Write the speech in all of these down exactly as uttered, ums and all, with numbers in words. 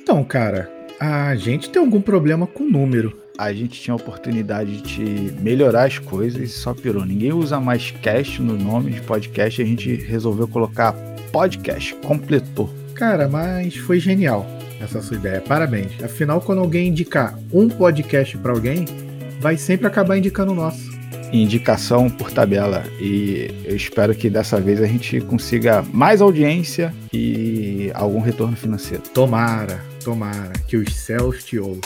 Então, cara, a gente tem algum problema com número. A gente tinha a oportunidade de melhorar as coisas e só pirou. Ninguém usa mais cast no nome de podcast, a gente resolveu colocar podcast, completou. Cara, mas foi genial essa sua ideia, parabéns. Afinal, quando alguém indicar um podcast pra alguém, vai sempre acabar indicando o nosso. Indicação por tabela, e eu espero que dessa vez a gente consiga mais audiência e algum retorno financeiro. Tomara, tomara, que os céus te ouçam.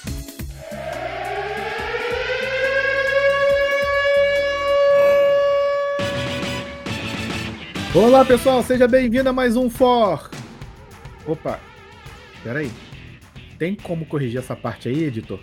Olá pessoal, seja bem-vindo a mais um For. Opa, peraí, tem como corrigir essa parte aí, editor?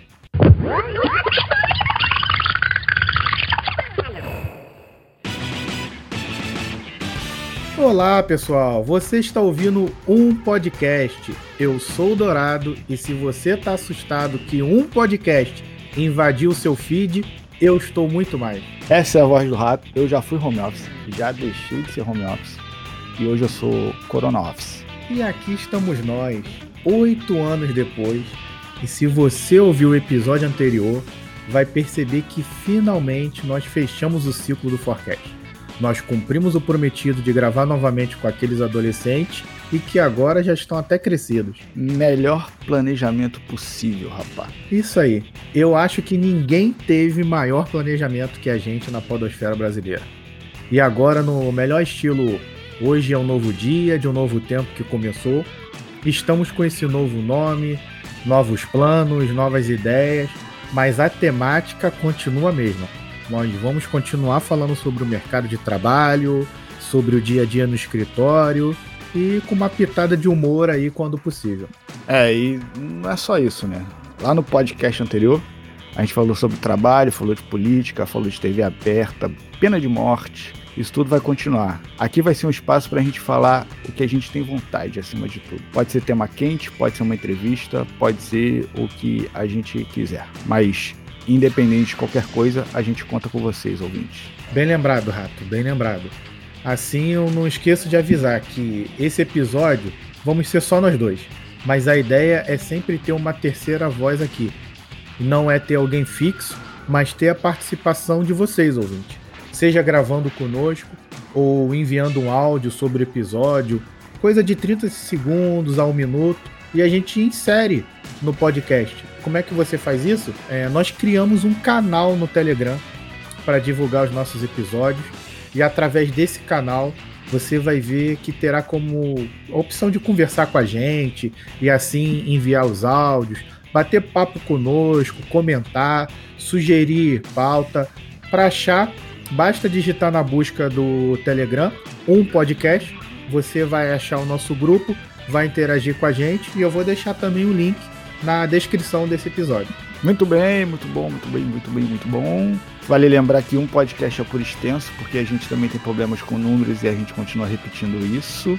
Olá pessoal, você está ouvindo um podcast. Eu sou o Dourado e se você está assustado que um podcast invadiu o seu feed, eu estou muito mais. Essa é a voz do rato. Eu já fui home office, já deixei de ser home office e hoje eu sou corona office. E aqui estamos nós, oito anos depois, e se você ouviu o episódio anterior, vai perceber que finalmente nós fechamos o ciclo do Forecast. Nós cumprimos o prometido de gravar novamente com aqueles adolescentes e que agora já estão até crescidos. Melhor planejamento possível, rapaz. Isso aí. Eu acho que ninguém teve maior planejamento que a gente na podosfera brasileira. E agora, no melhor estilo, hoje é um novo dia, de um novo tempo que começou, estamos com esse novo nome, novos planos, novas ideias, mas a temática continua a mesma. Nós vamos continuar falando sobre o mercado de trabalho, sobre o dia a dia no escritório e com uma pitada de humor aí quando possível. É, e não é só isso, né? Lá no podcast anterior, a gente falou sobre trabalho, falou de política, falou de T V aberta, pena de morte, isso tudo vai continuar. Aqui vai ser um espaço pra gente falar o que a gente tem vontade, acima de tudo. Pode ser tema quente, pode ser uma entrevista, pode ser o que a gente quiser, mas independente de qualquer coisa, a gente conta com vocês, ouvintes. Bem lembrado, Rato, bem lembrado. Assim, eu não esqueço de avisar que esse episódio vamos ser só nós dois, mas a ideia é sempre ter uma terceira voz aqui. Não é ter alguém fixo, mas ter a participação de vocês, ouvintes. Seja gravando conosco ou enviando um áudio sobre o episódio, coisa de trinta segundos a um minuto, e a gente insere no podcast. Como é que você faz isso? É, nós criamos um canal no Telegram para divulgar os nossos episódios e através desse canal você vai ver que terá como opção de conversar com a gente e assim enviar os áudios, bater papo conosco, comentar, sugerir pauta. Para achar, basta digitar na busca do Telegram um podcast, você vai achar o nosso grupo, vai interagir com a gente e eu vou deixar também o link na descrição desse episódio. Muito bem, muito bom, muito bem, muito bem, muito bom. Vale lembrar que um podcast é por extenso, porque a gente também tem problemas com números e a gente continua repetindo isso,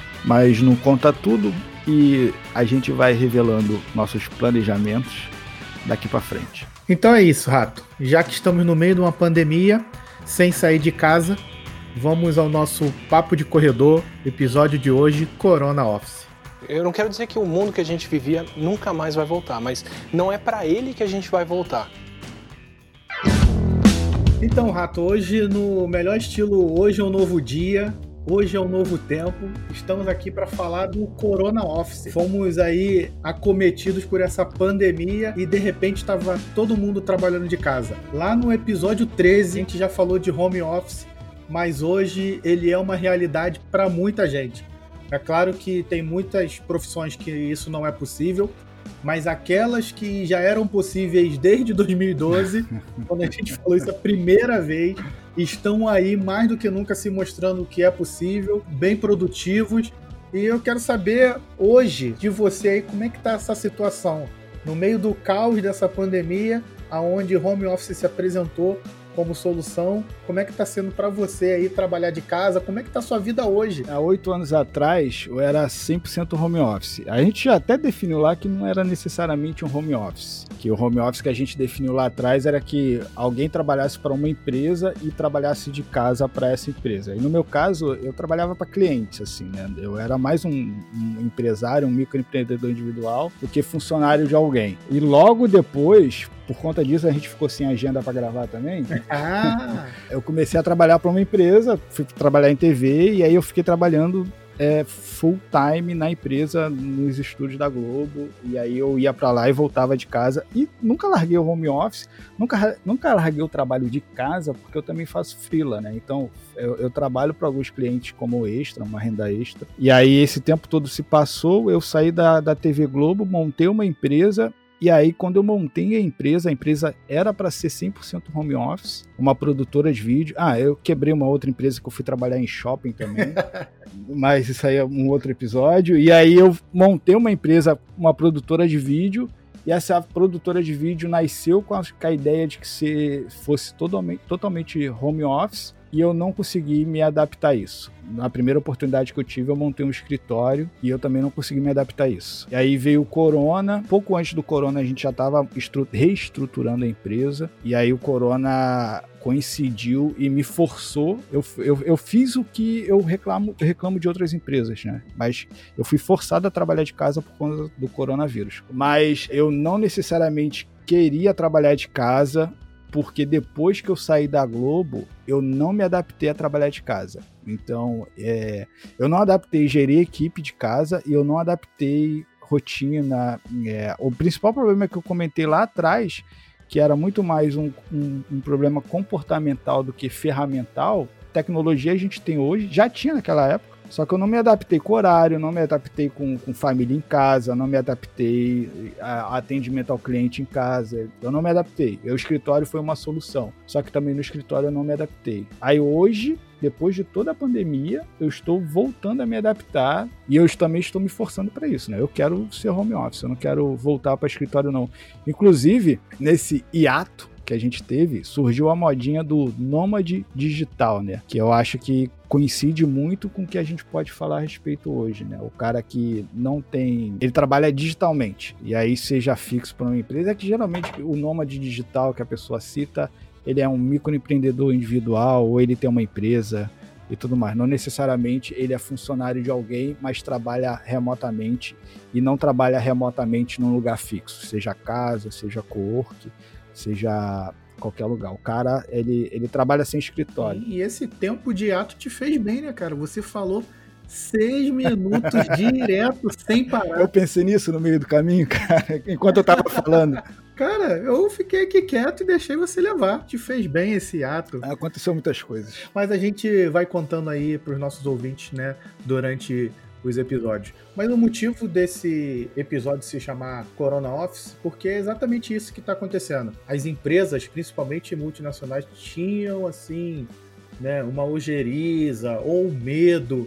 mas não conta tudo e a gente vai revelando nossos planejamentos daqui para frente. Então é isso, Rato. Já que estamos no meio de uma pandemia, sem sair de casa, vamos ao nosso Papo de Corredor, episódio de hoje, Corona Office. Eu não quero dizer que o mundo que a gente vivia nunca mais vai voltar, mas não é para ele que a gente vai voltar. Então, Rato, hoje no melhor estilo, hoje é um novo dia, hoje é um novo tempo, estamos aqui para falar do Corona Office. Fomos aí acometidos por essa pandemia e de repente estava todo mundo trabalhando de casa. Lá no episódio treze a gente já falou de home office, mas hoje ele é uma realidade para muita gente. É claro que tem muitas profissões que isso não é possível, mas aquelas que já eram possíveis desde dois mil e doze, quando a gente falou isso a primeira vez, estão aí mais do que nunca se mostrando que é possível, bem produtivos. E eu quero saber hoje de você aí como é que está essa situação. No meio do caos dessa pandemia, aonde home office se apresentou, como solução. Como é que tá sendo para você aí trabalhar de casa? Como é que tá a sua vida hoje? Há oito anos atrás, eu era cem por cento home office. A gente já até definiu lá que não era necessariamente um home office. Que o home office que a gente definiu lá atrás era que alguém trabalhasse para uma empresa e trabalhasse de casa para essa empresa. E no meu caso, eu trabalhava para clientes, assim, né? Eu era mais um, um empresário, um microempreendedor individual do que funcionário de alguém. E logo depois, por conta disso, a gente ficou sem agenda para gravar também. Ah! Eu comecei a trabalhar para uma empresa, fui trabalhar em T V e aí eu fiquei trabalhando é, full time na empresa, nos estúdios da Globo, e aí eu ia para lá e voltava de casa e nunca larguei o home office, nunca, nunca larguei o trabalho de casa, porque eu também faço freela, né? Então eu, eu trabalho para alguns clientes como extra, uma renda extra, e aí esse tempo todo se passou, eu saí da, da T V Globo, montei uma empresa. E aí, quando eu montei a empresa, a empresa era para ser cem por cento home office, uma produtora de vídeo. Ah, eu quebrei uma outra empresa que eu fui trabalhar em shopping também, mas isso aí é um outro episódio. E aí eu montei uma empresa, uma produtora de vídeo, e essa produtora de vídeo nasceu com a, com a ideia de que se fosse totalmente, totalmente home office, e eu não consegui me adaptar a isso. Na primeira oportunidade que eu tive, eu montei um escritório e eu também não consegui me adaptar a isso. E aí veio o Corona, pouco antes do Corona a gente já estava reestruturando a empresa, e aí o Corona coincidiu e me forçou, eu, eu, eu fiz o que eu reclamo, eu reclamo de outras empresas, né? Mas eu fui forçado a trabalhar de casa por conta do coronavírus. Mas eu não necessariamente queria trabalhar de casa, porque depois que eu saí da Globo, eu não me adaptei a trabalhar de casa. Então, é, eu não adaptei gerir equipe de casa e eu não adaptei rotina. É, o principal problema que eu comentei lá atrás, que era muito mais um, um, um problema comportamental do que ferramental, tecnologia a gente tem hoje, já tinha naquela época, só que eu não me adaptei com horário, não me adaptei com, com família em casa, não me adaptei a, a atendimento ao cliente em casa, eu não me adaptei. O escritório foi uma solução, só que também no escritório eu não me adaptei. Aí hoje, depois de toda a pandemia, eu estou voltando a me adaptar e eu também estou me forçando para isso, né? Eu quero ser home office, eu não quero voltar para escritório não. Inclusive, nesse hiato que a gente teve, surgiu a modinha do nômade digital, né? Que eu acho que coincide muito com o que a gente pode falar a respeito hoje, né? O cara que não tem... Ele trabalha digitalmente, e aí seja fixo para uma empresa, é que geralmente o nômade digital que a pessoa cita, ele é um microempreendedor individual, ou ele tem uma empresa e tudo mais. Não necessariamente ele é funcionário de alguém, mas trabalha remotamente, e não trabalha remotamente num lugar fixo, seja casa, seja cowork, seja qualquer lugar. O cara, ele, ele trabalha sem escritório. E esse tempo de ato te fez bem, né, cara? Você falou seis minutos direto, sem parar. Eu pensei nisso no meio do caminho, cara, enquanto eu tava falando. Cara, eu fiquei aqui quieto e deixei você levar. Te fez bem esse ato. Aconteceu muitas coisas. Mas a gente vai contando aí pros nossos ouvintes, né, durante os episódios. Mas o motivo desse episódio se chamar Corona Office, porque é exatamente isso que está acontecendo. As empresas, principalmente multinacionais, tinham, assim, né, uma ojeriza ou um medo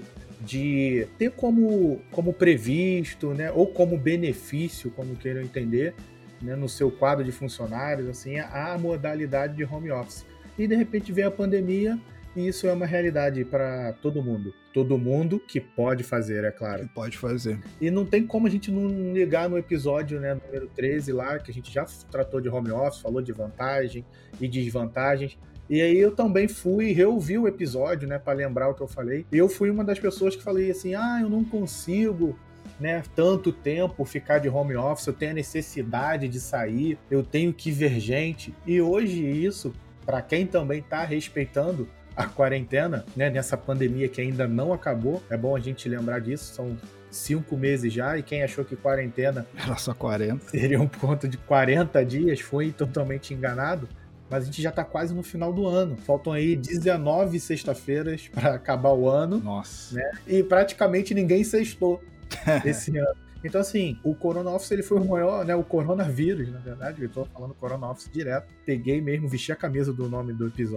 de ter como, como previsto, né, ou como benefício, como queiram entender, né, no seu quadro de funcionários, assim, a modalidade de home office. E, de repente, veio a pandemia, e isso é uma realidade para todo mundo. Todo mundo que pode fazer, é claro. Que pode fazer. E não tem como a gente não ligar no episódio, né, número treze lá, que a gente já tratou de home office, falou de vantagem e desvantagens. E aí eu também fui reouvir o episódio, né, para lembrar o que eu falei. E eu fui uma das pessoas que falei assim, ah, eu não consigo, né, tanto tempo ficar de home office, eu tenho a necessidade de sair, eu tenho que ver gente. E hoje isso, para quem também está respeitando a quarentena, né, nessa pandemia que ainda não acabou, é bom a gente lembrar disso, são cinco meses já, e quem achou que quarentena era só quarenta, seria um ponto de quarenta dias, foi totalmente enganado, mas a gente já tá quase no final do ano, faltam aí dezenove sexta-feiras para acabar o ano. Nossa. Né, e praticamente ninguém sextou esse ano. Então, assim, o Corona Office, ele foi o maior, né, o coronavírus, na verdade, eu tô falando Corona Office direto, peguei mesmo, vesti a camisa do nome do episódio,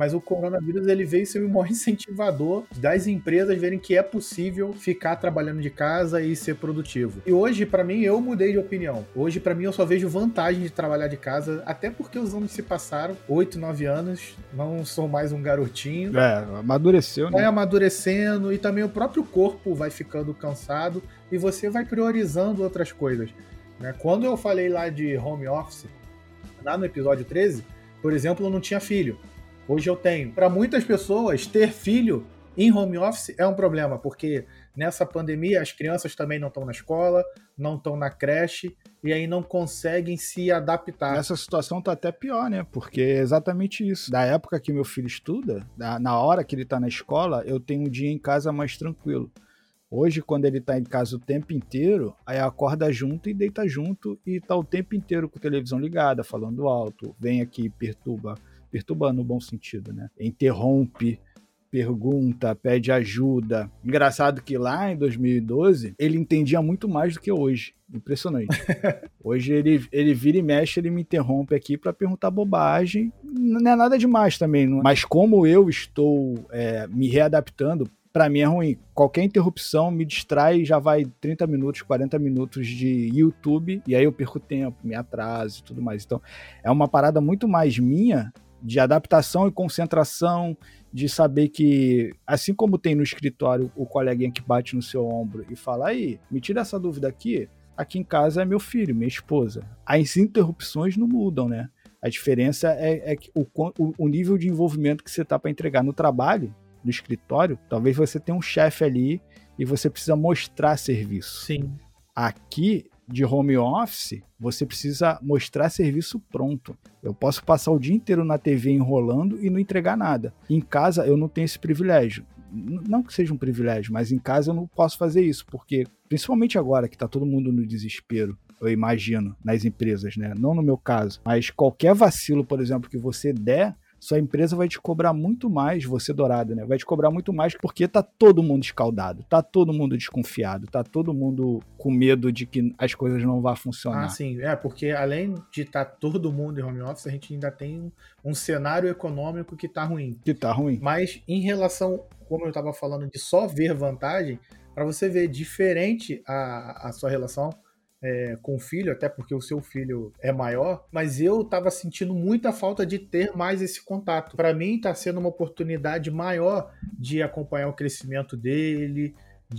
mas o coronavírus ele veio ser o maior incentivador das empresas verem que é possível ficar trabalhando de casa e ser produtivo. E hoje, para mim, eu mudei de opinião. Hoje, para mim, eu só vejo vantagem de trabalhar de casa, até porque os anos se passaram, oito, nove anos, não sou mais um garotinho. É, amadureceu, né? Vai amadurecendo e também o próprio corpo vai ficando cansado e você vai priorizando outras coisas, né? Quando eu falei lá de home office, lá no episódio treze, por exemplo, eu não tinha filho. Hoje eu tenho. Para muitas pessoas, ter filho em home office é um problema, porque nessa pandemia as crianças também não estão na escola, não estão na creche, e aí não conseguem se adaptar. Essa situação tá até pior, né? Porque é exatamente isso. Da época que meu filho estuda, na hora que ele tá na escola, eu tenho um dia em casa mais tranquilo. Hoje, quando ele tá em casa o tempo inteiro, aí acorda junto e deita junto e tá o tempo inteiro com a televisão ligada, falando alto, vem aqui, perturba, perturba no bom sentido, né? Interrompe, pergunta, pede ajuda. Engraçado que lá em dois mil e doze, ele entendia muito mais do que hoje. Impressionante. Hoje ele, ele vira e mexe, ele me interrompe aqui para perguntar bobagem. Não é nada demais também, não. Mas como eu estou é, me readaptando, pra mim é ruim. Qualquer interrupção me distrai e já vai trinta minutos, quarenta minutos de YouTube, e aí eu perco tempo, me atraso e tudo mais. Então, é uma parada muito mais minha, de adaptação e concentração, de saber que, assim como tem no escritório o coleguinha que bate no seu ombro e fala, aí, me tira essa dúvida aqui, aqui em casa é meu filho, minha esposa. As interrupções não mudam, né? A diferença é, é que o, o, o nível de envolvimento que você tá para entregar no trabalho, no escritório, talvez você tenha um chefe ali e você precisa mostrar serviço. Sim. Aqui, de home office, você precisa mostrar serviço pronto. Eu posso passar o dia inteiro na T V enrolando e não entregar nada. Em casa, eu não tenho esse privilégio. Não que seja um privilégio, mas em casa eu não posso fazer isso, porque, principalmente agora que está todo mundo no desespero, eu imagino, nas empresas, né? Não no meu caso, mas qualquer vacilo, por exemplo, que você der, sua empresa vai te cobrar muito mais, você dourado, né? Vai te cobrar muito mais porque tá todo mundo escaldado, tá todo mundo desconfiado, tá todo mundo com medo de que as coisas não vão funcionar. Ah, sim. É, porque além de estar tá todo mundo em home office, a gente ainda tem um, um cenário econômico que tá ruim. Que tá ruim. Mas em relação, como eu tava falando, de só ver vantagem, para você ver diferente a, a sua relação É, com o filho, até porque o seu filho é maior, mas eu tava sentindo muita falta de ter mais esse contato. Para mim tá sendo uma oportunidade maior de acompanhar o crescimento dele,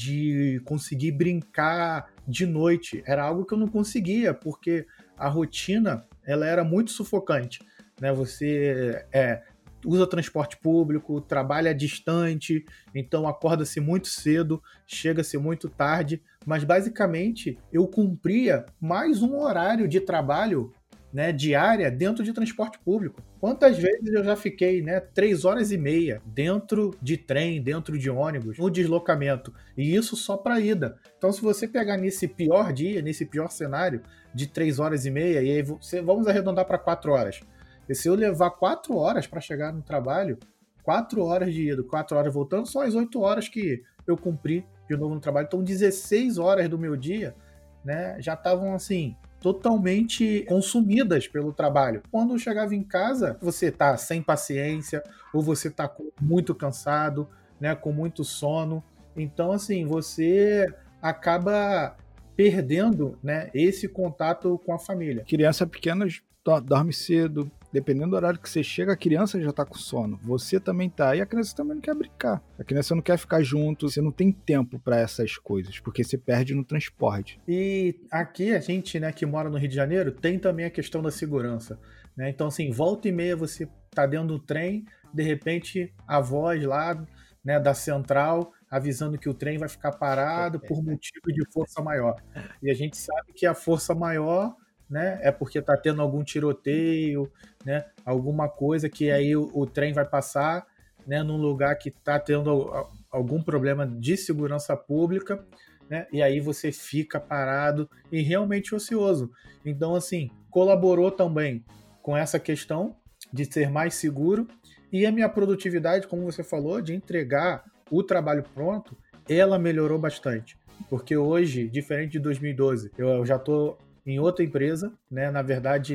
de conseguir brincar de noite. Era algo que eu não conseguia, porque a rotina ela era muito sufocante, né? Você é, usa transporte público, trabalha distante, então acorda-se muito cedo, chega-se muito tarde, mas basicamente eu cumpria mais um horário de trabalho, né, diária dentro de transporte público. Quantas vezes eu já fiquei, né, três horas e meia dentro de trem, dentro de ônibus, no deslocamento, e isso só para ida. Então se você pegar nesse pior dia, nesse pior cenário de três horas e meia, e aí você, vamos arredondar para quatro horas, e se eu levar quatro horas para chegar no trabalho, quatro horas de ida, quatro horas voltando, são as oito horas que eu cumpri de novo no trabalho. Então, dezesseis horas do meu dia, né, já estavam assim, totalmente consumidas pelo trabalho. Quando eu chegava em casa, você tá sem paciência, ou você tá muito cansado, né, com muito sono. Então, assim, você acaba perdendo, né, esse contato com a família. Criança pequena dorme cedo, dependendo do horário que você chega, a criança já tá com sono, você também tá, e a criança também não quer brincar, a criança não quer ficar junto, você não tem tempo para essas coisas, porque você perde no transporte. E aqui a gente, né, que mora no Rio de Janeiro, tem também a questão da segurança, né? Então, assim, volta e meia você tá dentro do trem, de repente a voz lá, né, da central avisando que o trem vai ficar parado por motivo de força maior. E a gente sabe que a força maior, né, é porque tá tendo algum tiroteio, né, alguma coisa que aí o, o trem vai passar, né, num lugar que tá tendo algum problema de segurança pública, né, e aí você fica parado e realmente ocioso. Então, assim, colaborou também com essa questão de ser mais seguro, e a minha produtividade, como você falou, de entregar o trabalho pronto, ela melhorou bastante. Porque hoje, diferente de dois mil e doze, eu já tô em outra empresa, né? Na verdade,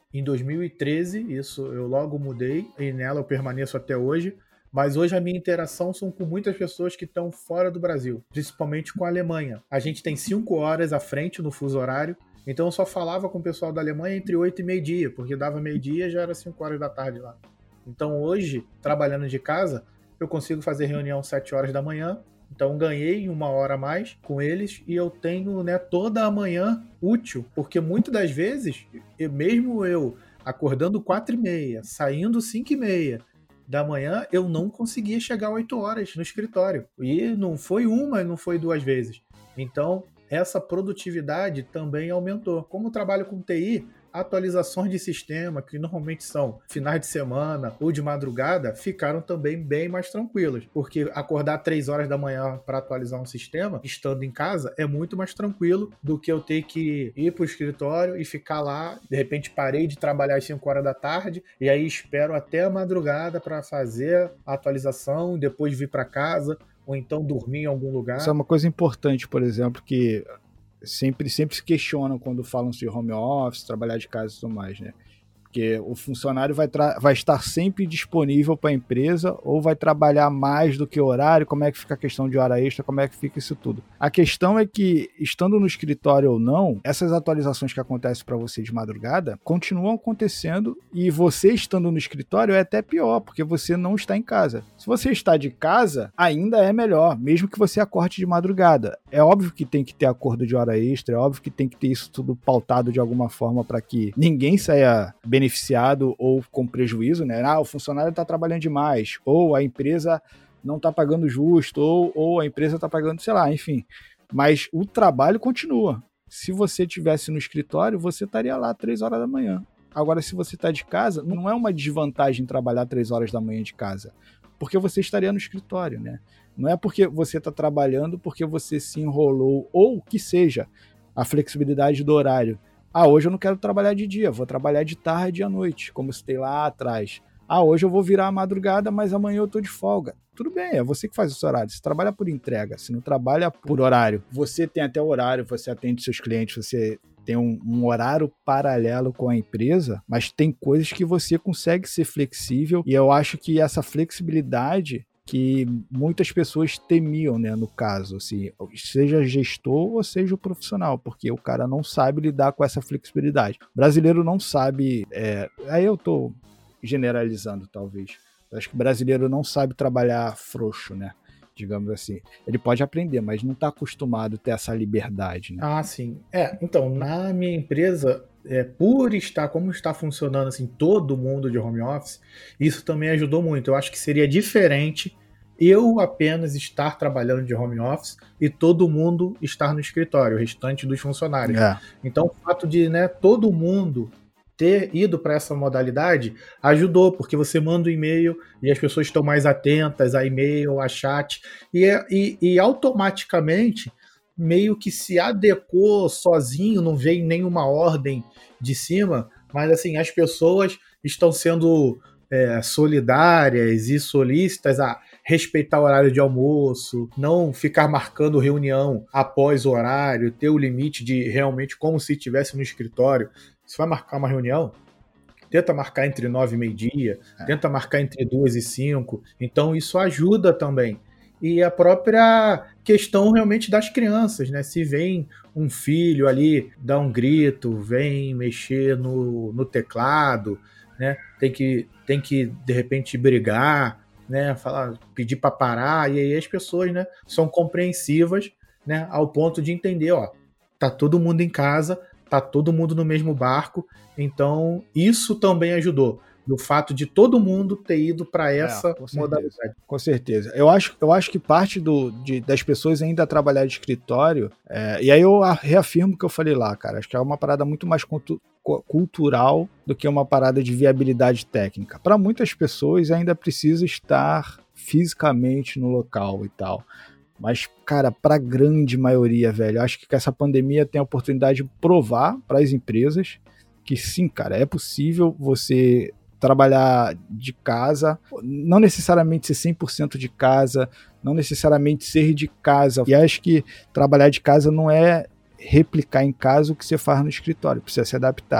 em dois mil e treze, isso eu logo mudei, e nela eu permaneço até hoje. Mas hoje a minha interação são com muitas pessoas que estão fora do Brasil, principalmente com a Alemanha. A gente tem cinco horas à frente no fuso horário, então eu só falava com o pessoal da Alemanha entre oito e meio-dia, porque dava meio-dia e já era cinco horas da tarde lá. Então hoje, trabalhando de casa, eu consigo fazer reunião sete horas da manhã, então ganhei uma hora a mais com eles e eu tenho, né, toda a manhã útil, porque muitas das vezes, eu, mesmo eu acordando quatro e meia, saindo cinco e meia, da manhã, eu não conseguia chegar oito horas no escritório. E não foi uma, não foi duas vezes. Então, essa produtividade também aumentou. Como eu trabalho com T I, atualizações de sistema, que normalmente são finais de semana ou de madrugada, ficaram também bem mais tranquilas. Porque acordar três horas da manhã para atualizar um sistema, estando em casa, é muito mais tranquilo do que eu ter que ir para o escritório e ficar lá. De repente, parei de trabalhar às cinco horas da tarde e aí espero até a madrugada para fazer a atualização e depois vir para casa ou então dormir em algum lugar. Isso é uma coisa importante, por exemplo, que sempre, sempre se questionam quando falam de home office, trabalhar de casa e tudo mais, né? Porque o funcionário vai, vai estar sempre disponível para a empresa ou vai trabalhar mais do que o horário, como é que fica a questão de hora extra, como é que fica isso tudo. A questão é que, estando no escritório ou não, essas atualizações que acontecem para você de madrugada continuam acontecendo e você estando no escritório é até pior, porque você não está em casa. Se você está de casa, ainda é melhor, mesmo que você acorde de madrugada. É óbvio que tem que ter acordo de hora extra, é óbvio que tem que ter isso tudo pautado de alguma forma para que ninguém saia beneficiado ou com prejuízo, né? Ah, o funcionário está trabalhando demais, ou a empresa não está pagando justo, ou, ou a empresa está pagando, sei lá, enfim. Mas o trabalho continua. Se você estivesse no escritório, você estaria lá três horas da manhã. Agora, se você está de casa, não é uma desvantagem trabalhar três horas da manhã de casa, porque você estaria no escritório, né? Não é porque você está trabalhando, porque você se enrolou, ou que seja, a flexibilidade do horário. Ah, hoje eu não quero trabalhar de dia, vou trabalhar de tarde e à noite, como citei lá atrás. Ah, hoje eu vou virar a madrugada, mas amanhã eu tô de folga. Tudo bem, é você que faz esse horário. Você trabalha por entrega, você não trabalha por horário. Você tem até horário, você atende seus clientes, você tem um, um horário paralelo com a empresa, mas tem coisas que você consegue ser flexível e eu acho que essa flexibilidade que muitas pessoas temiam, né, no caso, assim, seja gestor ou seja o profissional, porque o cara não sabe lidar com essa flexibilidade. O brasileiro não sabe, é, aí eu tô generalizando talvez, eu acho que o brasileiro não sabe trabalhar frouxo, né, digamos assim. Ele pode aprender, mas não está acostumado a ter essa liberdade, né? Ah, sim. É, então, na minha empresa, é, por estar, como está funcionando assim, todo mundo de home office, isso também ajudou muito. Eu acho que seria diferente eu apenas estar trabalhando de home office e todo mundo estar no escritório, o restante dos funcionários. É. Então, o fato de, né, todo mundo ter ido para essa modalidade ajudou, porque você manda um e-mail e as pessoas estão mais atentas a e-mail, a chat, e, e, e automaticamente meio que se adequou sozinho, não veio nenhuma ordem de cima, mas assim, as pessoas estão sendo é, solidárias e solícitas a respeitar o horário de almoço, não ficar marcando reunião após o horário, ter o limite de realmente como se estivesse no escritório. Você vai marcar uma reunião, tenta marcar entre nove e meio-dia, é. tenta marcar entre duas e cinco, então isso ajuda também. E a própria questão realmente das crianças, né? Se vem um filho ali, dá um grito, vem mexer no, no teclado, né? Tem que, tem que, de repente, brigar, né? Falar, pedir para parar, e aí as pessoas, né, são compreensivas, né, ao ponto de entender, ó, tá todo mundo em casa, tá todo mundo no mesmo barco, então isso também ajudou. Do fato de todo mundo ter ido para essa é, modalidade. Com certeza. Eu acho, eu acho que parte do, de, das pessoas ainda trabalhar de escritório, é, e aí eu reafirmo o que eu falei lá, cara, acho que é uma parada muito mais cultu- cultural do que uma parada de viabilidade técnica. Para muitas pessoas ainda precisa estar fisicamente no local e tal. Mas, cara, para a grande maioria, velho, acho que essa pandemia tem a oportunidade de provar para as empresas que sim, cara, é possível você trabalhar de casa, não necessariamente ser cem por cento de casa, não necessariamente ser de casa. E acho que trabalhar de casa não é replicar em casa o que você faz no escritório, precisa se adaptar.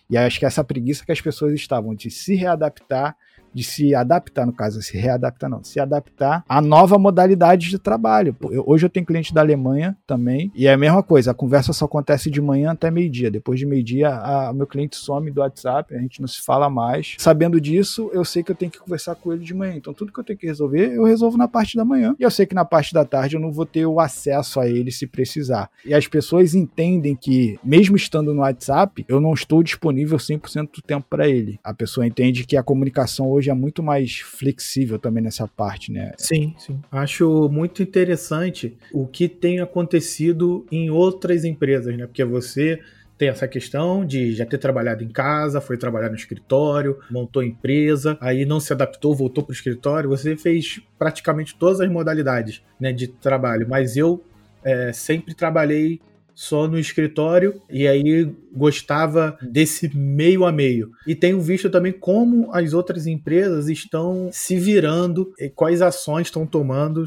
E acho que essa preguiça que as pessoas estavam de se readaptar, de se adaptar, no caso, se readaptar não, se adaptar à nova modalidade de trabalho. Eu, hoje eu tenho cliente da Alemanha também, e é a mesma coisa, a conversa só acontece de manhã até meio-dia. Depois de meio-dia, o meu cliente some do WhatsApp, a gente não se fala mais. Sabendo disso, eu sei que eu tenho que conversar com ele de manhã. Então, tudo que eu tenho que resolver, eu resolvo na parte da manhã. E eu sei que na parte da tarde eu não vou ter o acesso a ele se precisar. E as pessoas entendem que, mesmo estando no WhatsApp, eu não estou disponível cem por cento do tempo para ele. A pessoa entende que a comunicação hoje hoje é muito mais flexível também nessa parte, né? Sim, sim. Acho muito interessante o que tem acontecido em outras empresas, né? Porque você tem essa questão de já ter trabalhado em casa, foi trabalhar no escritório, montou empresa, aí não se adaptou, voltou para o escritório. Você fez praticamente todas as modalidades, né, de trabalho, mas eu é, sempre trabalhei só no escritório, e aí gostava desse meio a meio. E tenho visto também como as outras empresas estão se virando e quais ações estão tomando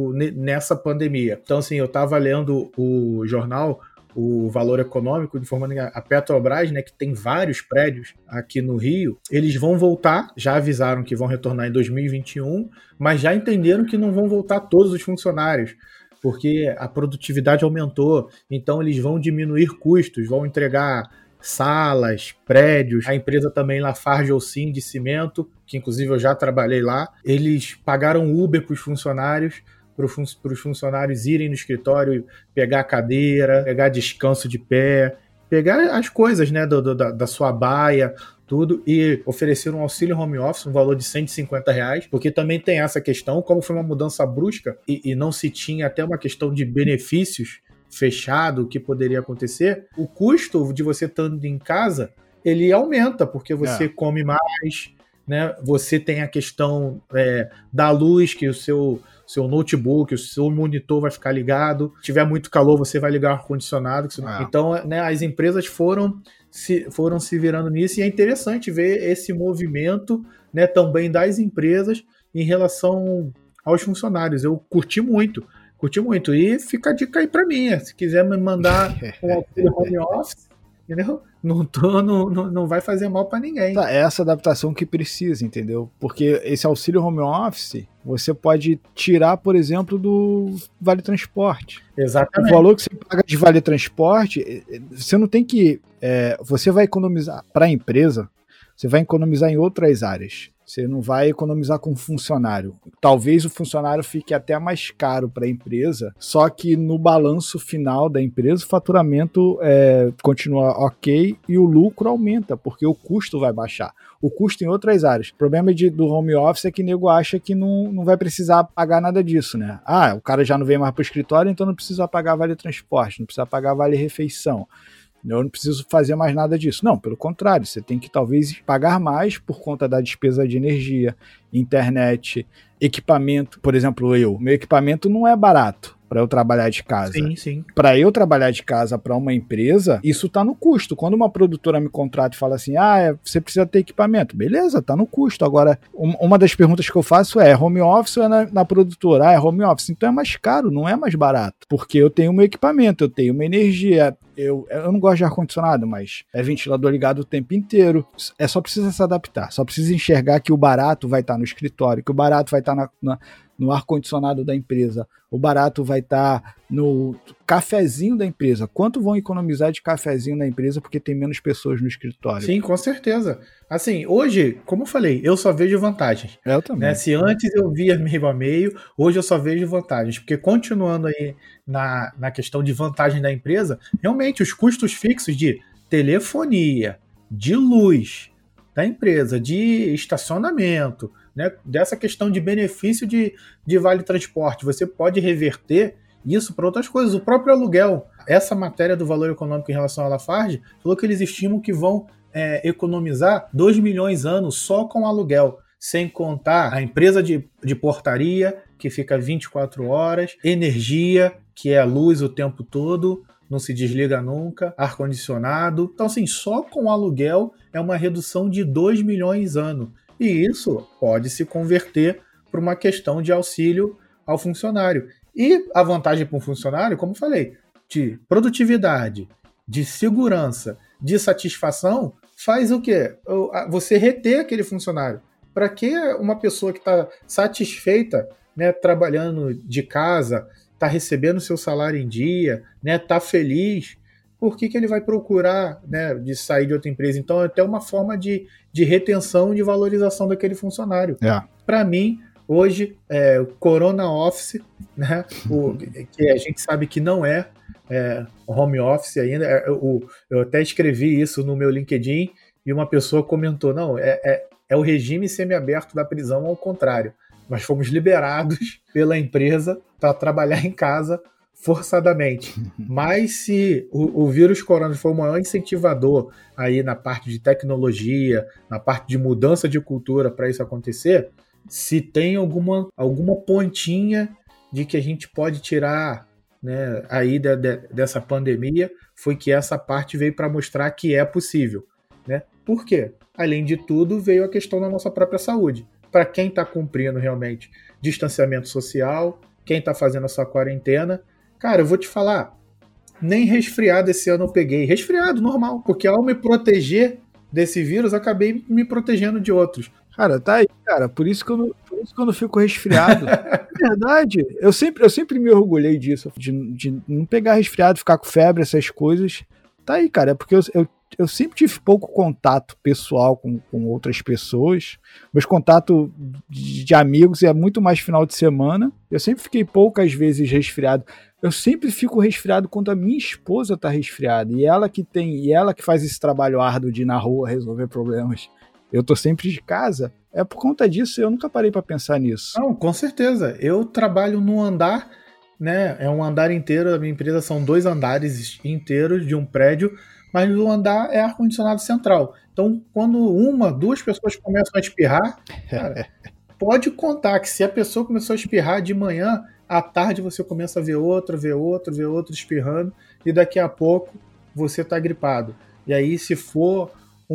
nessa pandemia. Então, assim, eu estava lendo o jornal, o Valor Econômico, informando que a Petrobras, né, que tem vários prédios aqui no Rio, eles vão voltar, já avisaram que vão retornar em dois mil e vinte e um, mas já entenderam que não vão voltar todos os funcionários, porque a produtividade aumentou, então eles vão diminuir custos, vão entregar salas, prédios. A empresa também, Lafarge Holcim, de cimento, que inclusive eu já trabalhei lá, eles pagaram Uber para os funcionários, para os funcionários irem no escritório, pegar cadeira, pegar descanso de pé, pegar as coisas, né, do, do, da, da sua baia, tudo, e oferecer um auxílio home office, um valor de cento e cinquenta reais, porque também tem essa questão, como foi uma mudança brusca e, e não se tinha até uma questão de benefícios fechado, o que poderia acontecer, o custo de você estando em casa, ele aumenta, porque você é. come mais, né? Você tem a questão é, da luz, que o seu, seu notebook, o seu monitor vai ficar ligado, se tiver muito calor, você vai ligar o ar-condicionado. É. Então, né, as empresas foram se, foram se virando nisso, e é interessante ver esse movimento, né, também das empresas em relação aos funcionários. Eu curti muito, curti muito. E fica a dica aí para mim, se quiser me mandar um auxílio home office, entendeu? Não, tô, não, não, não vai fazer mal para ninguém. Tá, é essa adaptação que precisa, entendeu? Porque esse auxílio home office, você pode tirar, por exemplo, do Vale Transporte. Exatamente. O valor que você paga de Vale Transporte, você não tem que... É, você vai economizar para a empresa, você vai economizar em outras áreas. Você não vai economizar com funcionário. Talvez o funcionário fique até mais caro para a empresa, só que no balanço final da empresa o faturamento é, continua ok e o lucro aumenta, porque o custo vai baixar. O custo em outras áreas. O problema de, do home office é que o nego acha que não, não vai precisar pagar nada disso, né? Ah, o cara já não vem mais para o escritório, então não precisa pagar vale transporte, não precisa pagar vale refeição. Eu não preciso fazer mais nada disso. Não, pelo contrário, você tem que talvez pagar mais por conta da despesa de energia, internet, equipamento. Por exemplo, eu, meu equipamento não é barato para eu trabalhar de casa. Sim, sim. Para eu trabalhar de casa para uma empresa, isso está no custo. Quando uma produtora me contrata e fala assim, ah, você precisa ter equipamento. Beleza, está no custo. Agora, um, uma das perguntas que eu faço é, home office ou é na, na produtora? Ah, é home office. Então é mais caro, não é mais barato. Porque eu tenho meu equipamento, eu tenho uma energia. Eu, eu não gosto de ar-condicionado, mas é ventilador ligado o tempo inteiro. É só precisa se adaptar. Só precisa enxergar que o barato vai estar no escritório, que o barato vai estar na... na no ar-condicionado da empresa, o barato vai estar no cafezinho da empresa. Quanto vão economizar de cafezinho na empresa porque tem menos pessoas no escritório? Sim, com certeza. Assim, hoje, como eu falei, eu só vejo vantagens. Eu também. Né? Se antes eu via meio a meio, hoje eu só vejo vantagens. Porque continuando aí na, na questão de vantagem da empresa, realmente os custos fixos de telefonia, de luz da empresa, de estacionamento, né, dessa questão de benefício de, de vale transporte, você pode reverter isso para outras coisas. O próprio aluguel, essa matéria do Valor Econômico em relação à Lafarge, falou que eles estimam que vão é, economizar dois milhões anos só com aluguel, sem contar a empresa de, de portaria, que fica vinte e quatro horas, energia, que é a luz o tempo todo, não se desliga nunca, ar-condicionado. Então, assim, só com aluguel é uma redução de dois milhões ano. E isso pode se converter para uma questão de auxílio ao funcionário. E a vantagem para um funcionário, como falei, de produtividade, de segurança, de satisfação, faz o quê? Você reter aquele funcionário. Para que uma pessoa que está satisfeita, né, trabalhando de casa, está recebendo seu salário em dia, né, está feliz, por que, que ele vai procurar, né, de sair de outra empresa? Então é até uma forma de, de retenção e de valorização daquele funcionário. É. Para mim, hoje, é, o Corona Office, né, o, que a gente sabe que não é, é home office ainda, é, o, eu até escrevi isso no meu LinkedIn e uma pessoa comentou, não, é, é, é o regime semiaberto da prisão ao contrário. Nós fomos liberados pela empresa para trabalhar em casa forçadamente. Mas se o, o vírus corona foi o maior incentivador aí na parte de tecnologia, na parte de mudança de cultura para isso acontecer, se tem alguma, alguma pontinha de que a gente pode tirar, né, aí de, de, dessa pandemia, foi que essa parte veio para mostrar que é possível. Né? Por quê? Além de tudo, veio a questão da nossa própria saúde. Para quem está cumprindo realmente distanciamento social, quem está fazendo a sua quarentena. Cara, eu vou te falar, nem resfriado esse ano eu peguei. Resfriado, normal, porque ao me proteger desse vírus, acabei me protegendo de outros. Cara, tá aí, cara, por isso que eu não, por isso que eu não fico resfriado. É verdade, eu sempre, eu sempre me orgulhei disso, de, de não pegar resfriado, ficar com febre, essas coisas. Tá aí, cara, é porque eu, eu Eu sempre tive pouco contato pessoal com, com outras pessoas. Meus contatos de, de amigos é muito mais final de semana. Eu sempre fiquei poucas vezes resfriado. Eu sempre fico resfriado quando a minha esposa tá resfriada. E ela que tem, e ela que faz esse trabalho árduo de ir na rua resolver problemas. Eu tô sempre de casa. É por conta disso, eu nunca parei para pensar nisso. Não, com certeza. Eu trabalho num andar, né? É um andar inteiro. A minha empresa são dois andares inteiros de um prédio. Mas o andar é ar-condicionado central. Então, quando uma, duas pessoas começam a espirrar, cara, pode contar que se a pessoa começou a espirrar de manhã, à tarde você começa a ver outro, ver outro, ver outro espirrando, e daqui a pouco você está gripado. E aí, se for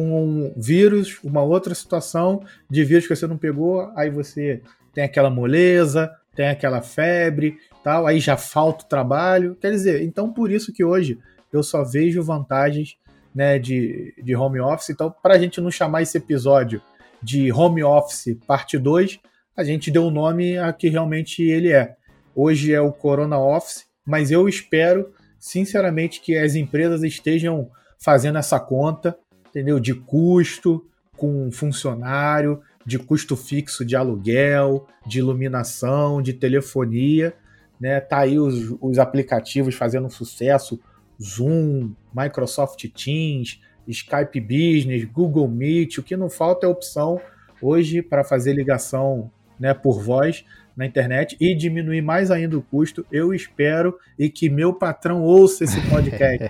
um vírus, uma outra situação de vírus que você não pegou, aí você tem aquela moleza, tem aquela febre, tal, aí já falta o trabalho. Quer dizer, então por isso que hoje eu só vejo vantagens, né, de, de home office. Então, para a gente não chamar esse episódio de home office parte dois, a gente deu o nome a que realmente ele é. Hoje é o Corona Office, mas eu espero, sinceramente, que as empresas estejam fazendo essa conta, entendeu? De custo com funcionário, de custo fixo de aluguel, de iluminação, de telefonia, né? Tá aí os, os aplicativos fazendo sucesso, Zoom, Microsoft Teams, Skype Business, Google Meet. O que não falta é opção hoje para fazer ligação, né, por voz na internet e diminuir mais ainda o custo. Eu espero e que meu patrão ouça esse podcast.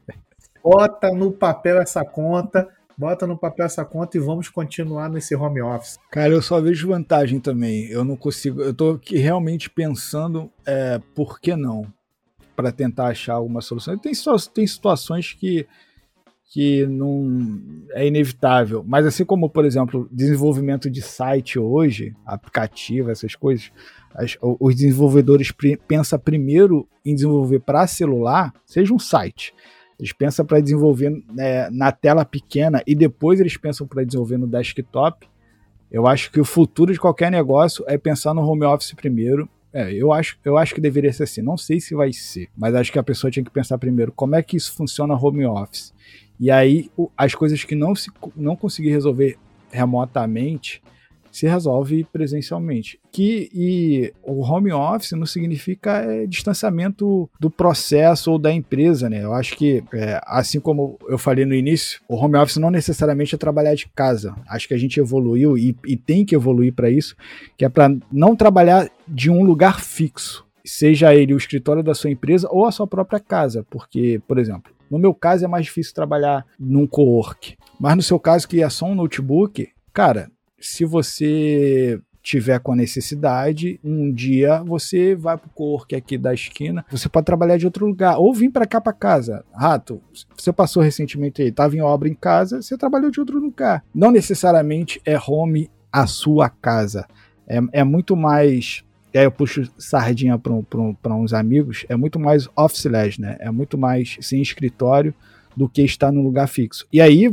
Bota no papel essa conta, bota no papel essa conta e vamos continuar nesse home office. Cara, eu só vejo vantagem também. Eu não consigo, eu tô aqui realmente pensando, é, por que não? Para tentar achar alguma solução. Tem, tem situações que, que não é inevitável, mas assim como, por exemplo, desenvolvimento de site hoje, aplicativo, essas coisas, as, os desenvolvedores pre, pensam primeiro em desenvolver para celular, seja um site. Eles pensam para desenvolver, né, na tela pequena e depois eles pensam para desenvolver no desktop. Eu acho que o futuro de qualquer negócio é pensar no home office primeiro. É, eu acho, eu acho que deveria ser assim. Não sei se vai ser, mas acho que a pessoa tinha que pensar primeiro como é que isso funciona home office. E aí as coisas que não, se, não conseguir resolver remotamente se resolve presencialmente. Que, e o home office não significa é, distanciamento do processo ou da empresa, né? Eu acho que, é, assim como eu falei no início, o home office não necessariamente é trabalhar de casa. Acho que a gente evoluiu e, e tem que evoluir para isso, que é para não trabalhar de um lugar fixo, seja ele o escritório da sua empresa ou a sua própria casa, porque, por exemplo, no meu caso é mais difícil trabalhar num co-work, mas no seu caso que é só um notebook, cara, se você tiver com a necessidade, um dia você vai pro co-work aqui da esquina, você pode trabalhar de outro lugar, ou vir para cá para casa. Rato, você passou recentemente aí, estava em obra em casa, você trabalhou de outro lugar. Não necessariamente é home a sua casa, é, é muito mais... E aí eu puxo sardinha para uns amigos, é muito mais office-less, né? É muito mais sem escritório do que estar num lugar fixo. E aí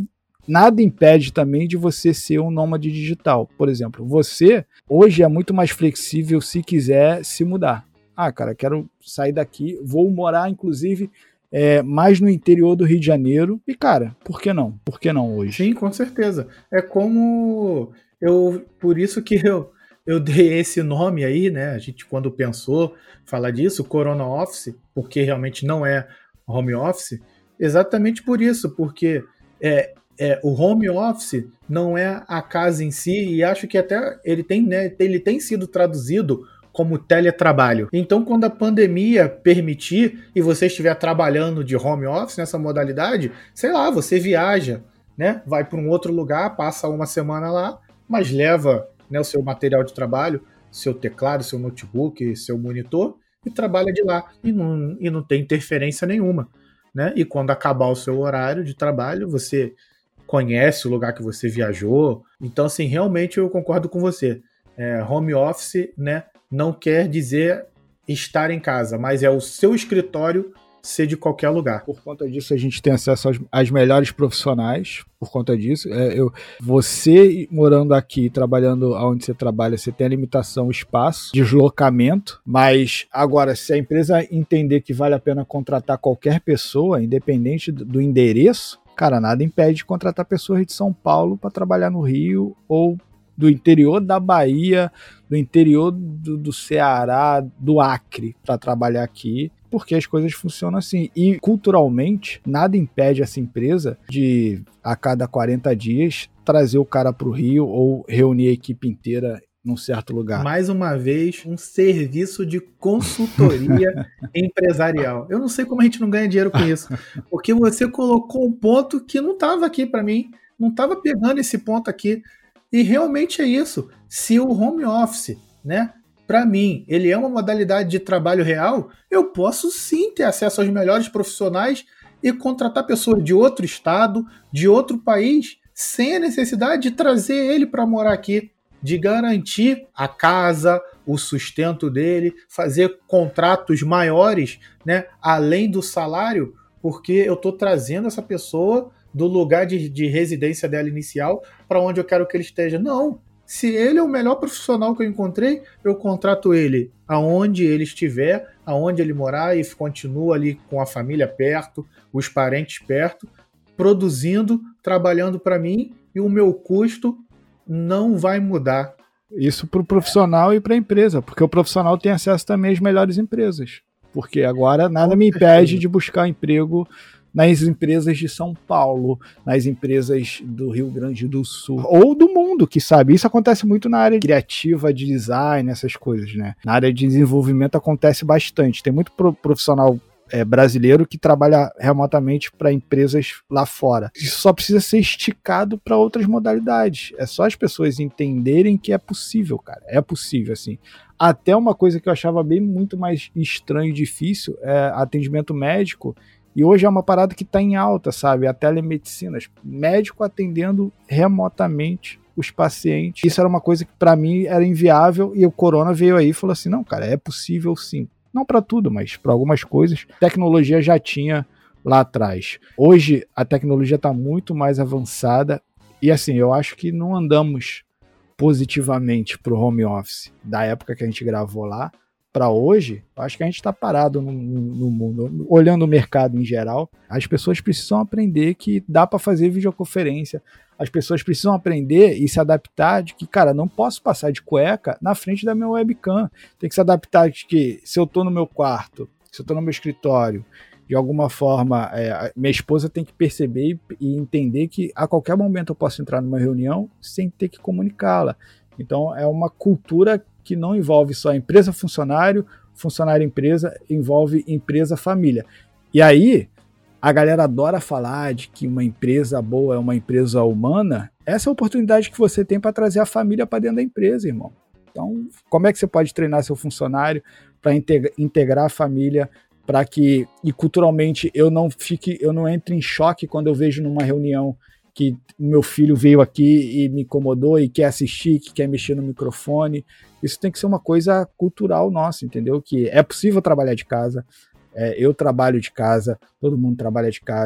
nada impede também de você ser um nômade digital. Por exemplo, você hoje é muito mais flexível se quiser se mudar. Ah, cara, quero sair daqui, vou morar, inclusive, é, mais no interior do Rio de Janeiro. E, cara, por que não? Por que não hoje? Sim, com certeza. É como eu, por isso que eu, eu dei esse nome aí, né? A gente, quando pensou falar disso, Corona Office, porque realmente não é home office, exatamente por isso, porque é, é, o home office não é a casa em si, e acho que até ele tem, né, ele tem sido traduzido como teletrabalho. Então, quando a pandemia permitir e você estiver trabalhando de home office nessa modalidade, sei lá, você viaja, né, vai para um outro lugar, passa uma semana lá, mas leva, né, o seu material de trabalho, seu teclado, seu notebook, seu monitor e trabalha de lá e não, e não tem interferência nenhuma, né? E quando acabar o seu horário de trabalho, você conhece o lugar que você viajou. Então, assim, realmente eu concordo com você. É, home office, né, não quer dizer estar em casa, mas é o seu escritório ser de qualquer lugar. Por conta disso, a gente tem acesso aos, às melhores profissionais. Por conta disso, é, eu, você morando aqui, trabalhando onde você trabalha, você tem a limitação, espaço, deslocamento, mas agora, se a empresa entender que vale a pena contratar qualquer pessoa, independente do, do endereço, cara, nada impede de contratar pessoas de São Paulo para trabalhar no Rio ou do interior da Bahia, do interior do, do Ceará, do Acre, para trabalhar aqui, porque as coisas funcionam assim. E culturalmente, nada impede essa empresa de, a cada quarenta dias, trazer o cara para o Rio ou reunir a equipe inteira num certo lugar. Mais uma vez, um serviço de consultoria empresarial. Eu não sei como a gente não ganha dinheiro com isso, porque você colocou um ponto que não estava aqui para mim, não estava pegando esse ponto aqui. E realmente é isso. Se o home office, né, para mim, ele é uma modalidade de trabalho real, eu posso sim ter acesso aos melhores profissionais e contratar pessoas de outro estado, de outro país, sem a necessidade de trazer ele para morar aqui, de garantir a casa, o sustento dele, fazer contratos maiores, né, além do salário, porque eu estou trazendo essa pessoa do lugar de, de residência dela inicial para onde eu quero que ele esteja. Não. Se ele é o melhor profissional que eu encontrei, eu contrato ele aonde ele estiver, aonde ele morar e continua ali com a família perto, os parentes perto, produzindo, trabalhando para mim e o meu custo não vai mudar. Isso para o profissional e para a empresa, porque o profissional tem acesso também às melhores empresas. Porque agora nada me impede de buscar emprego nas empresas de São Paulo, nas empresas do Rio Grande do Sul, ou do mundo, que sabe. Isso acontece muito na área criativa, de design, essas coisas, né? Na área de desenvolvimento acontece bastante. Tem muito profissional é, brasileiro que trabalha remotamente para empresas lá fora. Isso só precisa ser esticado para outras modalidades. É só as pessoas entenderem que é possível, cara. É possível, assim. Até uma coisa que eu achava bem muito mais estranho e difícil é atendimento médico. E hoje é uma parada que está em alta, sabe? A telemedicina, médico atendendo remotamente os pacientes. Isso era uma coisa que para mim era inviável e o corona veio aí e falou assim, não, cara, é possível sim. Não para tudo, mas para algumas coisas. A tecnologia já tinha lá atrás. Hoje a tecnologia está muito mais avançada e assim, eu acho que não andamos positivamente para o home office da época que a gente gravou lá. Para hoje, acho que a gente está parado no, no mundo. Olhando o mercado em geral, as pessoas precisam aprender que dá para fazer videoconferência. As pessoas precisam aprender e se adaptar de que, cara, não posso passar de cueca na frente da minha webcam. Tem que se adaptar de que se eu estou no meu quarto, se eu estou no meu escritório, de alguma forma, é, minha esposa tem que perceber e, e entender que a qualquer momento eu posso entrar numa reunião sem ter que comunicá-la. Então, é uma cultura que não envolve só empresa-funcionário, funcionário-empresa, envolve empresa-família. E aí, a galera adora falar de que uma empresa boa é uma empresa humana. Essa é a oportunidade que você tem para trazer a família para dentro da empresa, irmão. Então, como é que você pode treinar seu funcionário para integrar a família, para que, e culturalmente, eu não fique, eu não entre em choque quando eu vejo numa reunião que meu filho veio aqui e me incomodou e quer assistir, que quer mexer no microfone. Isso tem que ser uma coisa cultural nossa, entendeu? Que é possível trabalhar de casa, é, eu trabalho de casa, todo mundo trabalha de casa,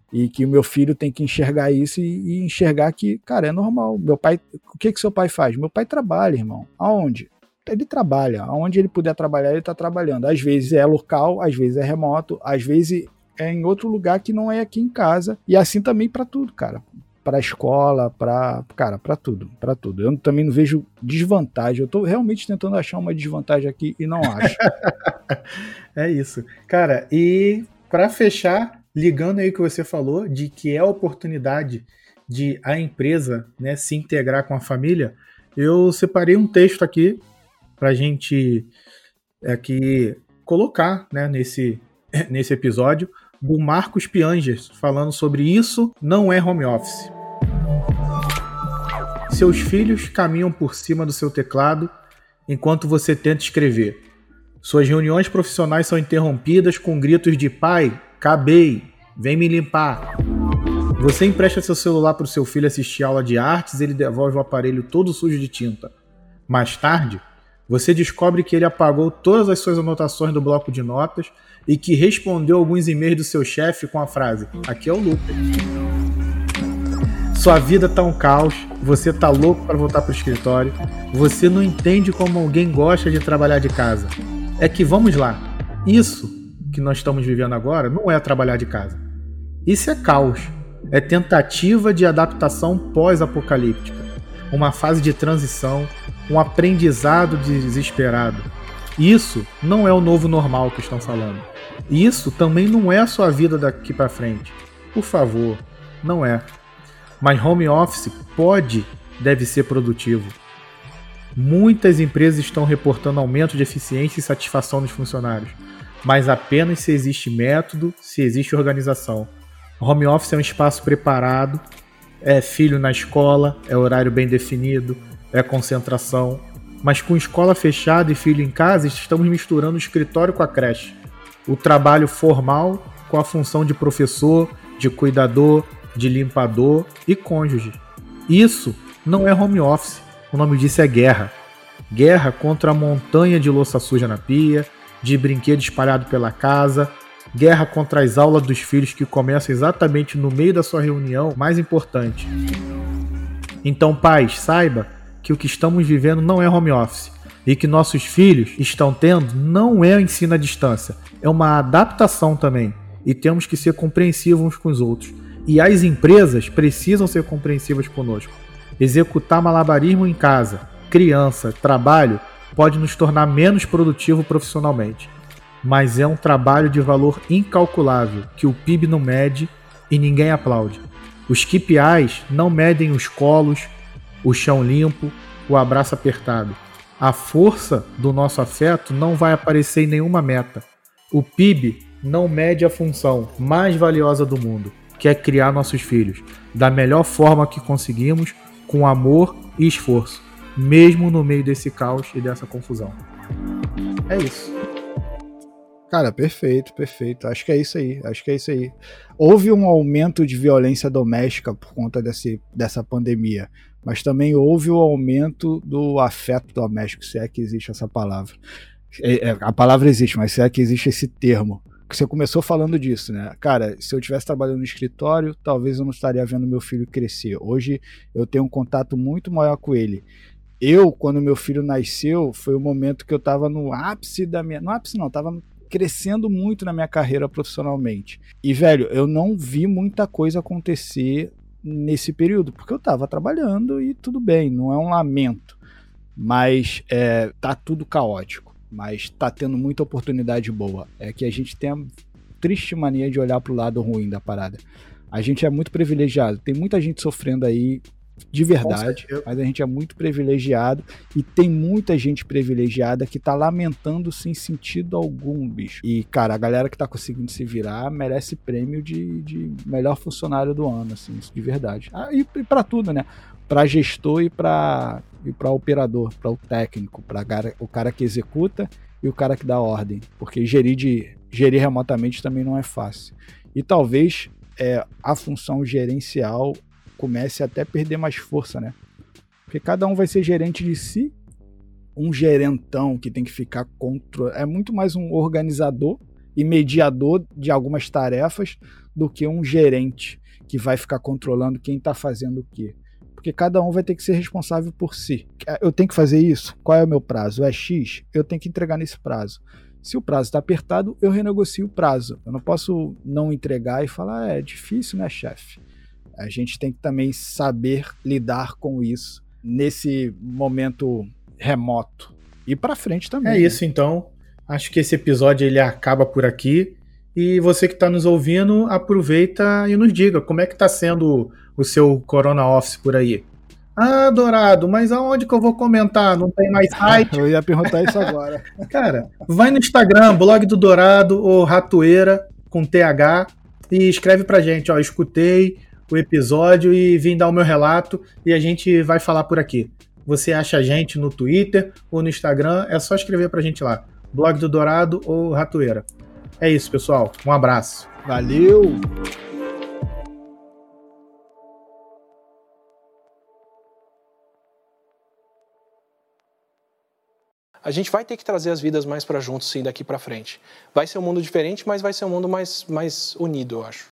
E que o meu filho tem que enxergar isso e, e enxergar que, cara, é normal. Meu pai, o que que seu pai faz? Meu pai trabalha, irmão. Aonde? Ele trabalha. Aonde ele puder trabalhar, ele tá trabalhando. Às vezes é local, às vezes é remoto, às vezes é em outro lugar que não é aqui em casa. E assim também para tudo, cara. Para escola, para, cara, para tudo, para tudo. Eu também não vejo desvantagem. Eu tô realmente tentando achar uma desvantagem aqui e não acho. É isso. Cara, e para fechar, ligando aí o que você falou, de que é a oportunidade de a empresa, né, se integrar com a família, eu separei um texto aqui para a gente aqui colocar, né, nesse, nesse episódio, do Marcos Piangers, falando sobre isso não é home office. Seus filhos caminham por cima do seu teclado enquanto você tenta escrever. Suas reuniões profissionais são interrompidas com gritos de pai, acabei, vem me limpar. Você empresta seu celular para o seu filho assistir aula de artes e ele devolve o aparelho todo sujo de tinta. Mais tarde, você descobre que ele apagou todas as suas anotações do bloco de notas e que respondeu alguns e-mails do seu chefe com a frase: aqui é o Lucas. Sua vida tá um caos, você tá louco para voltar pro escritório, você não entende como alguém gosta de trabalhar de casa. É que, vamos lá, isso que nós estamos vivendo agora não é trabalhar de casa. Isso é caos, é tentativa de adaptação pós-apocalíptica, uma fase de transição, um aprendizado desesperado. Isso não é o novo normal que estão falando. Isso também não é a sua vida daqui para frente. Por favor, não é. Mas home office pode, deve ser produtivo. Muitas empresas estão reportando aumento de eficiência e satisfação dos funcionários, mas apenas se existe método, se existe organização. Home office é um espaço preparado, é filho na escola, é horário bem definido, é concentração. Mas com escola fechada e filho em casa, estamos misturando o escritório com a creche. O trabalho formal com a função de professor, de cuidador, de limpador e cônjuge. Isso não é home office, o nome disso é guerra. Guerra contra a montanha de louça suja na pia, de brinquedo espalhado pela casa, guerra contra as aulas dos filhos que começam exatamente no meio da sua reunião mais importante. Então, pais, saiba que o que estamos vivendo não é home office e que nossos filhos estão tendo não é o ensino à distância, é uma adaptação também e temos que ser compreensivos uns com os outros. E as empresas precisam ser compreensivas conosco. Executar malabarismo em casa, criança, trabalho, pode nos tornar menos produtivo profissionalmente. Mas é um trabalho de valor incalculável, que o P I B não mede e ninguém aplaude. Os K P Is não medem os colos, o chão limpo, o abraço apertado. A força do nosso afeto não vai aparecer em nenhuma meta. O P I B não mede a função mais valiosa do mundo, que é criar nossos filhos da melhor forma que conseguimos, com amor e esforço, mesmo no meio desse caos e dessa confusão. É isso. Cara, perfeito, perfeito. Acho que é isso aí, acho que é isso aí. Houve um aumento de violência doméstica por conta desse, dessa pandemia, mas também houve o aumento do afeto doméstico, se é que existe essa palavra. É, é, a palavra existe, mas se é que existe esse termo. Você começou falando disso, né? Cara, se eu estivesse trabalhando no escritório, talvez eu não estaria vendo meu filho crescer. Hoje eu tenho um contato muito maior com ele. Eu, quando meu filho nasceu, foi o momento que eu estava no ápice da minha... No ápice não, estava crescendo muito na minha carreira profissionalmente. E, velho, eu não vi muita coisa acontecer nesse período, porque eu estava trabalhando e tudo bem, não é um lamento. Mas é, tá tudo caótico. Mas tá tendo muita oportunidade boa. É que a gente tem a triste mania de olhar pro lado ruim da parada. A gente é muito privilegiado. Tem muita gente sofrendo aí de verdade, mas a gente é muito privilegiado e tem muita gente privilegiada que tá lamentando sem sentido algum, bicho. E, cara, a galera que tá conseguindo se virar merece prêmio de, de melhor funcionário do ano, assim, de verdade. Ah, e, e pra tudo, né? Pra gestor e pra, e pra operador, pra o técnico, pra o cara que executa e o cara que dá ordem. Porque gerir, de, gerir remotamente também não é fácil. E talvez é, a função gerencial comece até a perder mais força, né? Porque cada um vai ser gerente de si, um gerentão que tem que ficar contra... É muito mais um organizador e mediador de algumas tarefas do que um gerente que vai ficar controlando quem está fazendo o quê. Porque cada um vai ter que ser responsável por si. Eu tenho que fazer isso? Qual é o meu prazo? É X? Eu tenho que entregar nesse prazo. Se o prazo está apertado, eu renegocio o prazo. Eu não posso não entregar e falar, ah, é difícil, né, chefe? A gente tem que também saber lidar com isso nesse momento remoto. E para frente também. É isso, então. Acho que esse episódio ele acaba por aqui. E você que está nos ouvindo, aproveita e nos diga como é que está sendo o seu Corona Office por aí. Ah, Dourado, mas aonde que eu vou comentar? Não tem mais site? Eu ia perguntar isso agora. Cara, vai no Instagram, blog do Dourado ou Ratoeira, com T H, e escreve pra gente, ó, escutei o episódio e vim dar o meu relato e a gente vai falar por aqui. Você acha a gente no Twitter ou no Instagram, é só escrever pra gente lá, blog do Dourado ou Ratoeira. É isso, pessoal. Um abraço. Valeu! A gente vai ter que trazer as vidas mais para juntos, sim, daqui para frente. Vai ser um mundo diferente, mas vai ser um mundo mais, mais unido, eu acho.